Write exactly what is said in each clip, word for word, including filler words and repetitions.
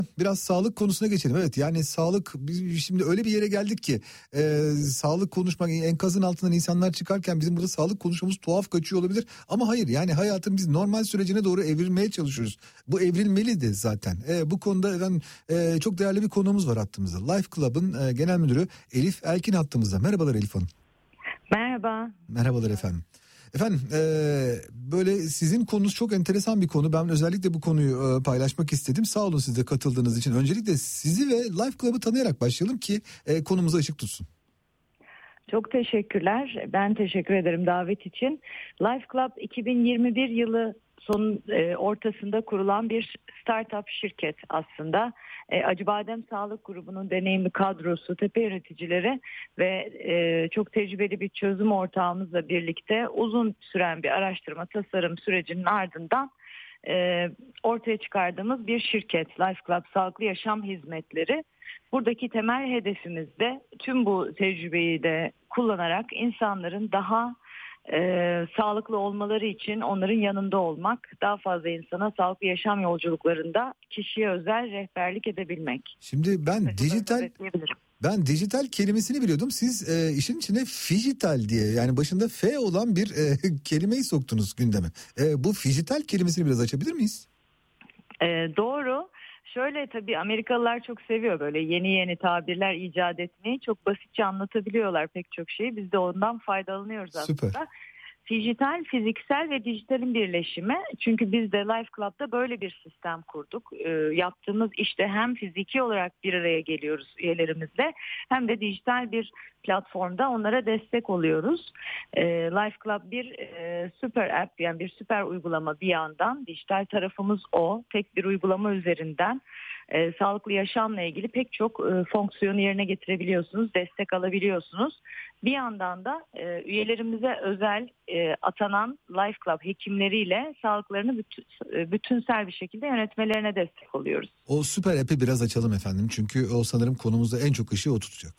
Biraz sağlık konusuna geçelim. Evet, yani sağlık, biz şimdi öyle bir yere geldik ki e, sağlık konuşmak, enkazın altından insanlar çıkarken bizim burada sağlık konuşmamız tuhaf kaçıyor olabilir. Ama hayır, yani hayatın biz normal sürecine doğru evrilmeye çalışıyoruz. Bu evrilmeli de zaten. E, bu konuda efendim, e, çok değerli bir konuğumuz var hattımızda. Life Club'ın e, genel müdürü Elif Elkin hattımızda. Merhabalar Elif Hanım. Merhaba. Merhabalar efendim. Efendim e, böyle sizin konunuz çok enteresan bir konu. Ben özellikle bu konuyu e, paylaşmak istedim. Sağ olun siz de katıldığınız için. Öncelikle sizi ve Life Club'ı tanıyarak başlayalım ki e, konumuza ışık tutsun. Çok teşekkürler. Ben teşekkür ederim davet için. Life Club iki bin yirmi bir yılı son e, ortasında kurulan bir startup şirket aslında. E, Acıbadem Sağlık Grubu'nun deneyimli kadrosu, tepe yöneticileri ve e, çok tecrübeli bir çözüm ortağımızla birlikte uzun süren bir araştırma tasarım sürecinin ardından e, ortaya çıkardığımız bir şirket Life Club Sağlıklı Yaşam Hizmetleri. Buradaki temel hedefimiz de tüm bu tecrübeyi de kullanarak insanların daha e, sağlıklı olmaları için onların yanında olmak, daha fazla insana sağlıklı yaşam yolculuklarında kişiye özel rehberlik edebilmek. Şimdi ben dijital ben dijital kelimesini biliyordum. Siz e, işin içine fijital diye, yani başında F olan bir e, kelimeyi soktunuz gündeme. E, bu fijital kelimesini biraz açabilir miyiz? E, doğru. Şöyle, tabii Amerikalılar çok seviyor böyle yeni yeni tabirler icat etmeyi. Çok basitçe anlatabiliyorlar pek çok şeyi. Biz de ondan faydalanıyoruz aslında. Süper. Dijital, fiziksel ve dijitalin birleşimi. Çünkü biz de Life Club'da böyle bir sistem kurduk. E, yaptığımız işte hem fiziki olarak bir araya geliyoruz üyelerimizle, hem de dijital bir platformda onlara destek oluyoruz. E, Life Club bir e, süper app, yani bir süper uygulama bir yandan. Dijital tarafımız o. Tek bir uygulama üzerinden e, sağlıklı yaşamla ilgili pek çok e, fonksiyonu yerine getirebiliyorsunuz, destek alabiliyorsunuz. Bir yandan da e, üyelerimize özel e, atanan Life Club hekimleriyle sağlıklarını bütün, e, bütünsel bir şekilde yönetmelerine destek oluyoruz. O süper app'i biraz açalım efendim. Çünkü o sanırım konumuzda en çok ışığı o tutacak.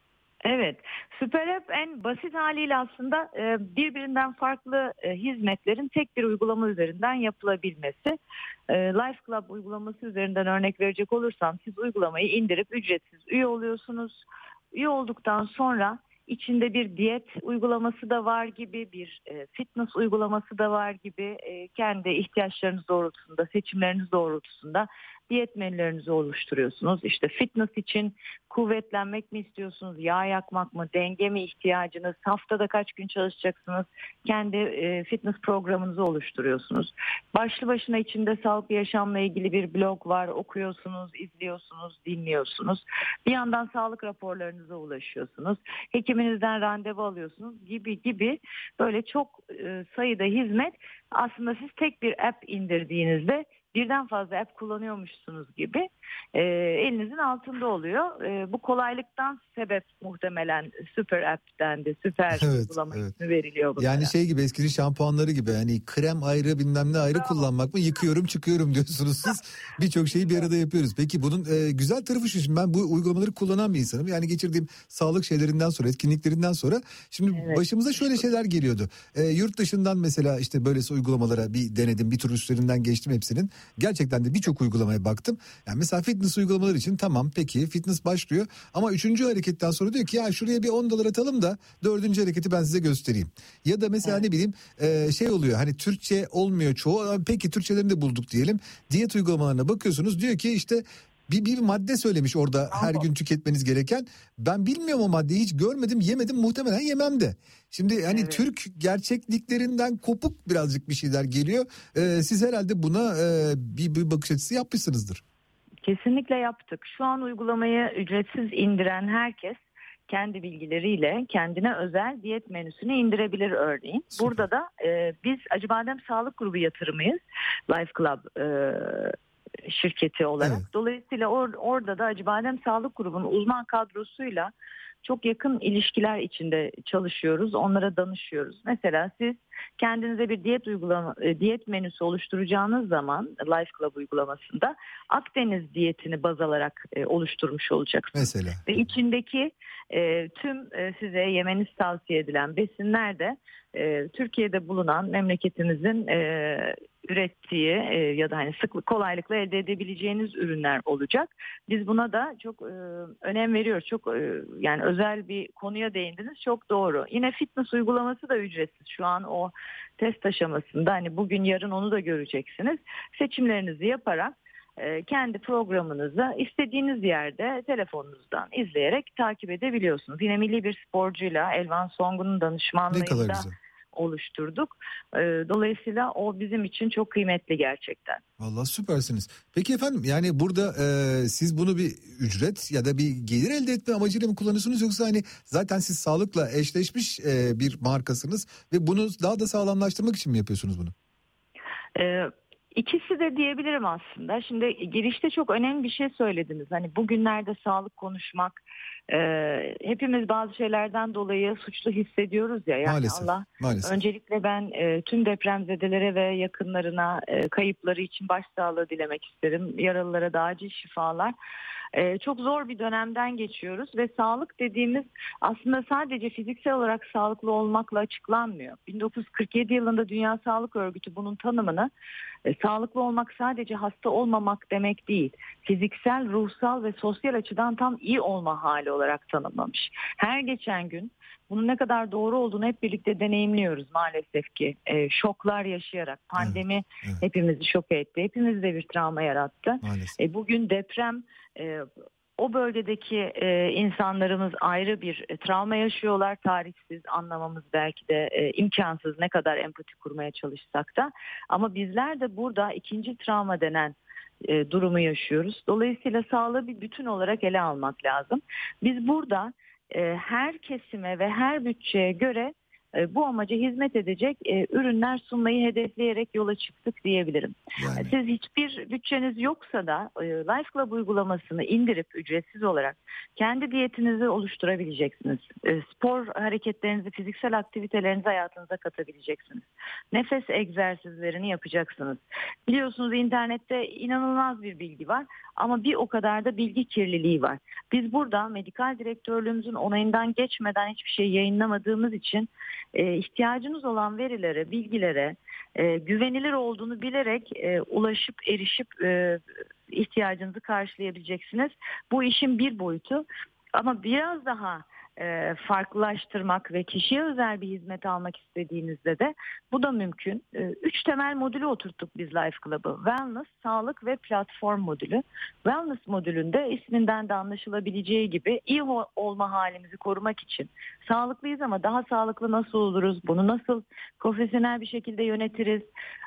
Evet, Süper App en basit haliyle aslında e, birbirinden farklı e, hizmetlerin tek bir uygulama üzerinden yapılabilmesi. E, Life Club uygulaması üzerinden örnek verecek olursam, siz uygulamayı indirip ücretsiz üye oluyorsunuz. Üye olduktan sonra içinde bir diyet uygulaması da var gibi, bir e, fitness uygulaması da var gibi, e, kendi ihtiyaçlarınız doğrultusunda, seçimleriniz doğrultusunda diyet menülerinizi oluşturuyorsunuz. İşte fitness için kuvvetlenmek mi istiyorsunuz, yağ yakmak mı, denge mi ihtiyacınız, haftada kaç gün çalışacaksınız, kendi e, fitness programınızı oluşturuyorsunuz. Başlı başına içinde sağlıklı yaşamla ilgili bir blog var, okuyorsunuz, izliyorsunuz, dinliyorsunuz. Bir yandan sağlık raporlarınıza ulaşıyorsunuz, hekiminizden randevu alıyorsunuz gibi gibi, böyle çok e, sayıda hizmet. Aslında siz tek bir app indirdiğinizde birden fazla app kullanıyormuşsunuz gibi e, elinizin altında oluyor. E, bu kolaylıktan sebep muhtemelen süper app dendi. Süper Evet, uygulama evet. ismi veriliyor bunlara. Yani şey gibi, eskinin şampuanları gibi, hani krem ayrı bilmem ne ayrı kullanmak mı, yıkıyorum çıkıyorum diyorsunuz siz. Birçok şeyi bir arada yapıyoruz. Peki bunun e, güzel tarafı şu, şimdi ben bu uygulamaları kullanan bir insanım. Yani geçirdiğim sağlık şeylerinden sonra, etkinliklerinden sonra şimdi Evet. başımıza şöyle şeyler geliyordu. E, yurt dışından mesela işte böylesi uygulamalara bir denedim, bir tur üstlerinden geçtim hepsinin. Gerçekten de birçok uygulamaya baktım. Yani mesela fitness uygulamaları için tamam, peki fitness başlıyor ama üçüncü hareketten sonra diyor ki ya şuraya bir on dolar atalım da dördüncü hareketi ben size göstereyim. Ya da mesela evet. ne bileyim e, şey oluyor, hani Türkçe olmuyor çoğu, peki Türkçelerini de bulduk diyelim. Diyet uygulamalarına bakıyorsunuz, diyor ki işte bir, bir madde söylemiş orada her gün tüketmeniz gereken. Ben bilmiyorum o maddeyi, hiç görmedim, yemedim, muhtemelen yemem de. Şimdi hani evet. Türk gerçekliklerinden kopuk birazcık bir şeyler geliyor. Ee, siz herhalde buna e, bir, bir bakış açısı yapmışsınızdır. Kesinlikle yaptık. Şu an uygulamayı ücretsiz indiren herkes kendi bilgileriyle kendine özel diyet menüsünü indirebilir örneğin. Süper. Burada da e, biz Acıbadem Sağlık Grubu yatırımıyız. Life Club e, şirketi olarak. Evet. Dolayısıyla or, orada da Acıbadem Sağlık Grubu'nun uzman kadrosuyla çok yakın ilişkiler içinde çalışıyoruz. Onlara danışıyoruz. Mesela siz kendinize bir diyet uygulama, diyet menüsü oluşturacağınız zaman Life Club uygulamasında Akdeniz diyetini baz alarak e, oluşturmuş olacaksınız. Mesela. Ve içindeki e, tüm e, size yemeniz tavsiye edilen besinler de e, Türkiye'de bulunan memleketimizin e, ürettiği e, ya da hani sıklık kolaylıkla elde edebileceğiniz ürünler olacak. Biz buna da çok e, önem veriyoruz. Çok e, yani özel bir konuya değindiniz. Çok doğru. Yine fitness uygulaması da ücretsiz. Şu an o test aşamasında, hani bugün yarın onu da göreceksiniz. Seçimlerinizi yaparak e, kendi programınızı istediğiniz yerde telefonunuzdan izleyerek takip edebiliyorsunuz. Yine milli bir sporcuyla, Elvan Songun'un Ne kadar danışmanlığında güzel. oluşturduk. E, dolayısıyla o bizim için çok kıymetli gerçekten. Vallahi süpersiniz. Peki efendim, yani burada e, siz bunu bir ücret ya da bir gelir elde etme amacıyla mı kullanıyorsunuz, yoksa hani zaten siz sağlıkla eşleşmiş e, bir markasınız ve bunu daha da sağlamlaştırmak için mi yapıyorsunuz bunu? Ee, ikisi de diyebilirim aslında. Şimdi girişte çok önemli bir şey söylediniz. Hani bugünlerde sağlık konuşmak, e, hepimiz bazı şeylerden dolayı suçlu hissediyoruz ya. Yani Maalesef. Allah Maalesef. öncelikle ben e, tüm depremzedelere ve yakınlarına e, kayıpları için başsağlığı dilemek isterim. Yaralılara da acil şifalar. Ee, çok zor bir dönemden geçiyoruz ve sağlık dediğimiz aslında sadece fiziksel olarak sağlıklı olmakla açıklanmıyor. bin dokuz yüz kırk yedi yılında Dünya Sağlık Örgütü bunun tanımını e, sağlıklı olmak sadece hasta olmamak demek değil, fiziksel, ruhsal ve sosyal açıdan tam iyi olma hali olarak tanımlamış. Her geçen gün bunun ne kadar doğru olduğunu hep birlikte deneyimliyoruz maalesef ki. E, şoklar yaşayarak pandemi Evet, evet. hepimizi şok etti, hepimizde bir travma yarattı. Maalesef. E, bugün deprem, e, o bölgedeki e, insanlarımız ayrı bir e, travma yaşıyorlar. Tarihsiz, anlamamız belki de e, imkansız, ne kadar empati kurmaya çalışsak da. Ama bizler de burada ikinci travma denen e, durumu yaşıyoruz. Dolayısıyla sağlığı bir bütün olarak ele almak lazım. Biz burada e, her kesime ve her bütçeye göre e, bu amaca hizmet edecek e, ürünler sunmayı hedefleyerek yola çıktık diyebilirim. Yani. Siz hiçbir bütçeniz yoksa da e, Life Club uygulamasını indirip ücretsiz olarak kendi diyetinizi oluşturabileceksiniz. E, spor hareketlerinizi, fiziksel aktivitelerinizi hayatınıza katabileceksiniz. Nefes egzersizlerini yapacaksınız. Biliyorsunuz internette inanılmaz bir bilgi var ama bir o kadar da bilgi kirliliği var. Biz burada medikal direktörlüğümüzün onayından geçmeden hiçbir şey yayınlamadığımız için e, ihtiyacınız olan verilere, bilgilere e, güvenilir olduğunu bilerek e, ulaşıp erişip e, ihtiyacınızı karşılayabileceksiniz. Bu işin bir boyutu, ama biraz daha e, farklılaştırmak ve kişiye özel bir hizmet almak istediğinizde de bu da mümkün. E, üç temel modülü oturttuk biz Life Club'ı. Wellness, sağlık ve platform modülü. Wellness modülünde isminden de anlaşılabileceği gibi iyi olma halimizi korumak için sağlıklıyız ama daha sağlıklı nasıl oluruz? Bunu nasıl profesyonel bir şekilde yönetiriz?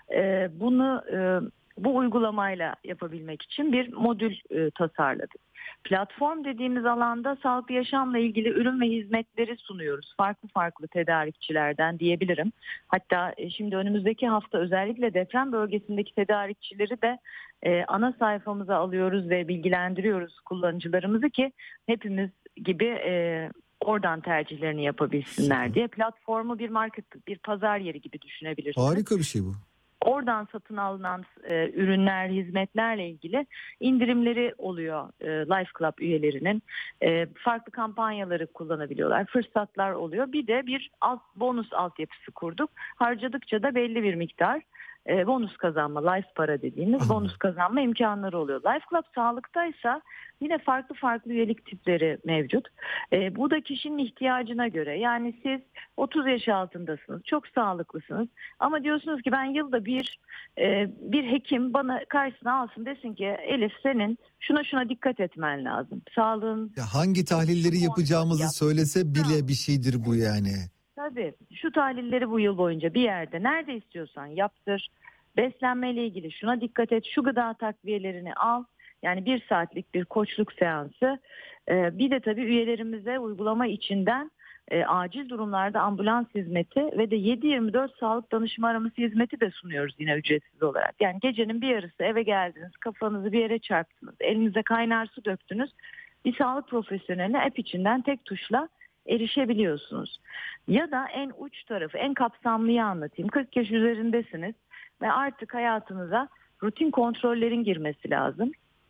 E, bunu e, bu uygulamayla yapabilmek için bir modül e, tasarladık. Platform dediğimiz alanda sağlıklı yaşamla ilgili ürün ve hizmetleri sunuyoruz. Farklı farklı tedarikçilerden diyebilirim. Hatta e, şimdi önümüzdeki hafta özellikle deprem bölgesindeki tedarikçileri de e, ana sayfamıza alıyoruz ve bilgilendiriyoruz kullanıcılarımızı ki hepimiz gibi e, oradan tercihlerini yapabilsinler Süper. diye. Platformu bir market, bir pazar yeri gibi düşünebilirsiniz. Harika bir şey bu. Oradan satın alınan e, ürünler, hizmetlerle ilgili indirimleri oluyor e, Life Club üyelerinin. E, farklı kampanyaları kullanabiliyorlar, fırsatlar oluyor. Bir de bir alt, bonus altyapısı kurduk. Harcadıkça da belli bir miktar e, bonus kazanma, life para dediğimiz Aha. bonus kazanma imkanları oluyor. Life Club sağlıktaysa yine farklı farklı üyelik tipleri mevcut. E, bu da kişinin ihtiyacına göre. Yani siz otuz yaş altındasınız, çok sağlıklısınız ama diyorsunuz ki ben yılda bir e, bir hekim bana karşısına alsın, desin ki Elif senin şuna şuna dikkat etmen lazım. Sağlığın... Ya hangi tahlilleri yapacağımızı Yap. söylese bile bir şeydir bu yani. Tabii şu tahlilleri bu yıl boyunca bir yerde nerede istiyorsan yaptır. Beslenmeyle ilgili şuna dikkat et, şu gıda takviyelerini al. Yani bir saatlik bir koçluk seansı. Ee, bir de tabii üyelerimize uygulama içinden e, acil durumlarda ambulans hizmeti ve de yedi yirmi dört sağlık danışma araması hizmeti de sunuyoruz yine ücretsiz olarak. Yani gecenin bir yarısı eve geldiniz, kafanızı bir yere çarptınız, elinize kaynar su döktünüz. Bir sağlık profesyoneline app içinden tek tuşla erişebiliyorsunuz. Ya da en uç tarafı, en kapsamlıyı anlatayım. kırk yaş üzerindesiniz ve artık hayatınıza rutin kontrollerin girmesi lazım.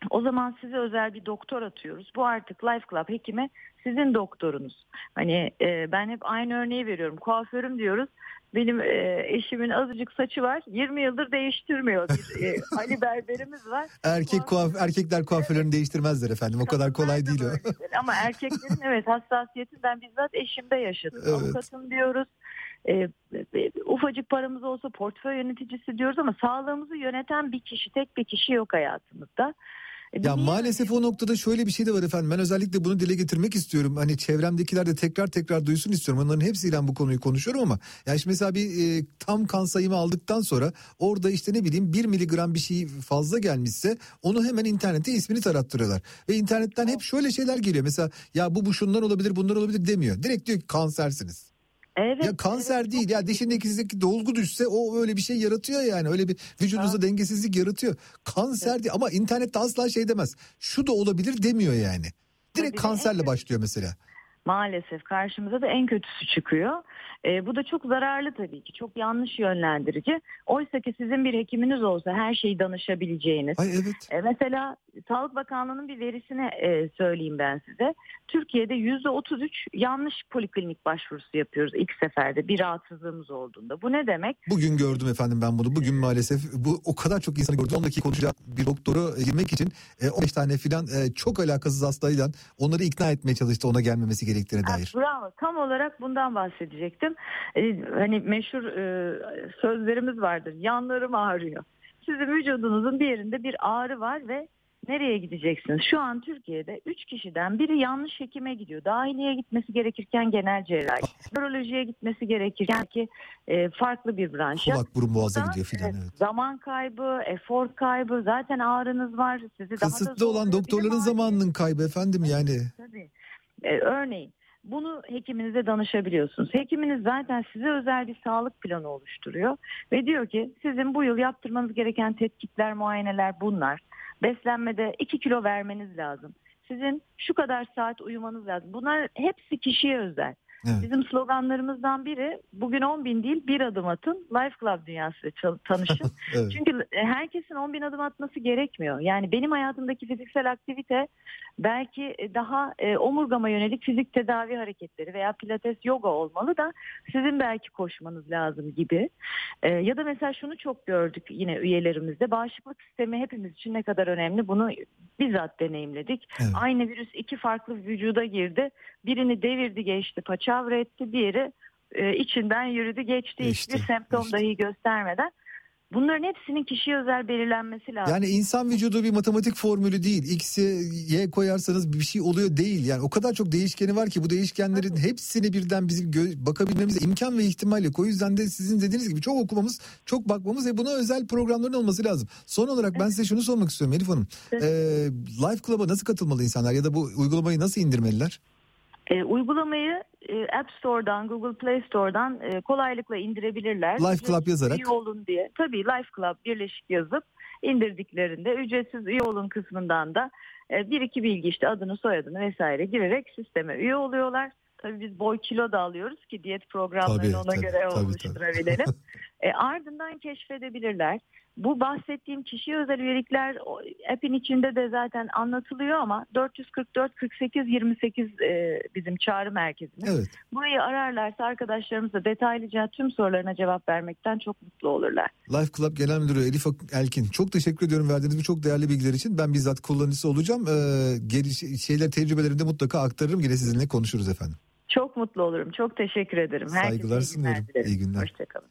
O zaman size özel bir doktor atıyoruz. Bu artık Life Club hekimi sizin doktorunuz. Hani e, ben hep aynı örneği veriyorum. Kuaförüm diyoruz. Benim e, eşimin azıcık saçı var. yirmi yıldır değiştirmiyor. Bir e, Ali berberimiz var. Erkek kuaf, erkekler kuaförlerini değiştirmezler efendim. O kadar kolay değil o. Ama erkeklerin evet hassasiyetini ben bizzat eşimde yaşadım. Evet. Avukatım diyoruz. E, e, ufacık paramız olsa portföy yöneticisi diyoruz ama sağlığımızı yöneten bir kişi, tek bir kişi yok hayatımızda. E, Ya maalesef o noktada şöyle bir şey de var efendim. Ben özellikle bunu dile getirmek istiyorum. Hani çevremdekiler de tekrar tekrar duysun istiyorum. Onların hepsiyle bu konuyu konuşuyorum ama yani işte mesela bir e, tam kan sayımı aldıktan sonra orada işte ne bileyim bir miligram bir şey fazla gelmişse onu hemen internete ismini tarattırıyorlar. Ve internetten hep şöyle şeyler geliyor. Mesela ya bu bu şundan olabilir, bundan olabilir demiyor. Direkt diyor ki kansersiniz. Evet, ya kanser evet, değil ya dişindeki dolgu düşse o öyle bir şey yaratıyor yani, öyle bir vücudunuzda dengesizlik yaratıyor. Kanser evet. değil ama internette asla şey demez. Şu da olabilir demiyor yani. Direkt tabii kanserle en... başlıyor mesela. Maalesef karşımıza da en kötüsü çıkıyor. E, bu da çok zararlı tabii ki. Çok yanlış yönlendirici. Oysa ki sizin bir hekiminiz olsa her şeyi danışabileceğiniz. Ay evet. E, mesela Sağlık Bakanlığı'nın bir verisini e, söyleyeyim ben size. Türkiye'de yüzde otuz üç yanlış poliklinik başvurusu yapıyoruz ilk seferde bir rahatsızlığımız olduğunda. Bu ne demek? Bugün gördüm efendim ben bunu. Bugün maalesef bu o kadar çok insanı gördüm. on dakika konuşacak bir doktoru girmek için e, on beş tane filan e, çok alakasız hastayla onları ikna etmeye çalıştı ona gelmemesi gerektiğine dair. Ha, bravo. Tam olarak bundan bahsedecektim. Ee, hani meşhur e, sözlerimiz vardır. Yanlarım ağrıyor. Sizin vücudunuzun bir yerinde bir ağrı var ve nereye gideceksiniz? Şu an Türkiye'de üç kişiden biri yanlış hekime gidiyor. Dahiliye gitmesi gerekirken genel cerrahi, nörolojiye gitmesi gerekirken ki e, farklı bir branşa. Kulak burun boğaza gidiyor filan. Evet, evet. Zaman kaybı, efor kaybı, zaten ağrınız var. Sizi Kısıtlı daha olan doktorların zamanının kaybı efendim yani. Tabii. Ee, örneğin bunu hekiminize danışabiliyorsunuz. Hekiminiz zaten size özel bir sağlık planı oluşturuyor ve diyor ki sizin bu yıl yaptırmanız gereken tetkikler, muayeneler bunlar. Beslenmede iki kilo vermeniz lazım. Sizin şu kadar saat uyumanız lazım. Bunlar hepsi kişiye özel. Evet. Bizim sloganlarımızdan biri bugün on bin değil bir adım atın, Life Club dünyasıyla tanışın. Evet. Çünkü herkesin on bin adım atması gerekmiyor. Yani benim hayatımdaki fiziksel aktivite belki daha e, omurgama yönelik fizik tedavi hareketleri veya pilates, yoga olmalı da sizin belki koşmanız lazım gibi. E, ya da mesela şunu çok gördük yine üyelerimizde, bağışıklık sistemi hepimiz için ne kadar önemli bunu bizzat deneyimledik. Evet. Aynı virüs iki farklı vücuda girdi. Birini devirdi geçti, paçavra etti, diğeri e, içinden yürüdü geçti, geçti hiçbir semptom geçti. Dahi göstermeden. Bunların hepsinin kişiye özel belirlenmesi lazım. Yani insan vücudu bir matematik formülü değil. X'e Y koyarsanız bir şey oluyor değil. Yani o kadar çok değişkeni var ki bu değişkenlerin evet. hepsini birden bizim gö- bakabilmemize imkan ve ihtimal yok. O yüzden de sizin dediğiniz gibi çok okumamız, çok bakmamız ve buna özel programların olması lazım. Son olarak evet. ben size şunu sormak istiyorum Elif Hanım. Evet. Ee, Life Club'a nasıl katılmalı insanlar ya da bu uygulamayı nasıl indirmeliler? E, uygulamayı e, App Store'dan, Google Play Store'dan e, kolaylıkla indirebilirler. Life Club yazarak. Üye olun diye. Tabii Life Club birleşik yazıp indirdiklerinde ücretsiz üye olun kısmından da e, bir iki bilgi işte adını soyadını vesaire girerek sisteme üye oluyorlar. Tabii biz boy kilo da alıyoruz ki diyet programlarını tabii, ona tabii, göre tabii, oluşturabilelim. Tabii. e, ardından keşfedebilirler. Bu bahsettiğim kişiye özel üyelikler app'in içinde de zaten anlatılıyor ama dört yüz kırk dört kırk sekiz yirmi sekiz e, bizim çağrı merkezimiz. Evet. Burayı ararlarsa arkadaşlarımız da detaylıca tüm sorularına cevap vermekten çok mutlu olurlar. Life Club Genel Müdürü Elif Elkin, çok teşekkür ediyorum verdiğiniz bu çok değerli bilgiler için. Ben bizzat kullanıcısı olacağım. Ee, geliş, şeyler tecrübelerinde mutlaka aktarırım. Yine sizinle konuşuruz efendim. Çok mutlu olurum. Çok teşekkür ederim. Saygılar sunuyorum. İyi günler. Hoşçakalın.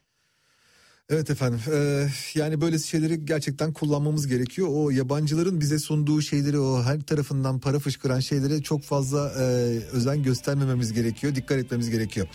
Evet efendim, e, yani böyle şeyleri gerçekten kullanmamız gerekiyor. O yabancıların bize sunduğu şeyleri, o her tarafından para fışkıran şeylere çok fazla e, özen göstermememiz gerekiyor, dikkat etmemiz gerekiyor.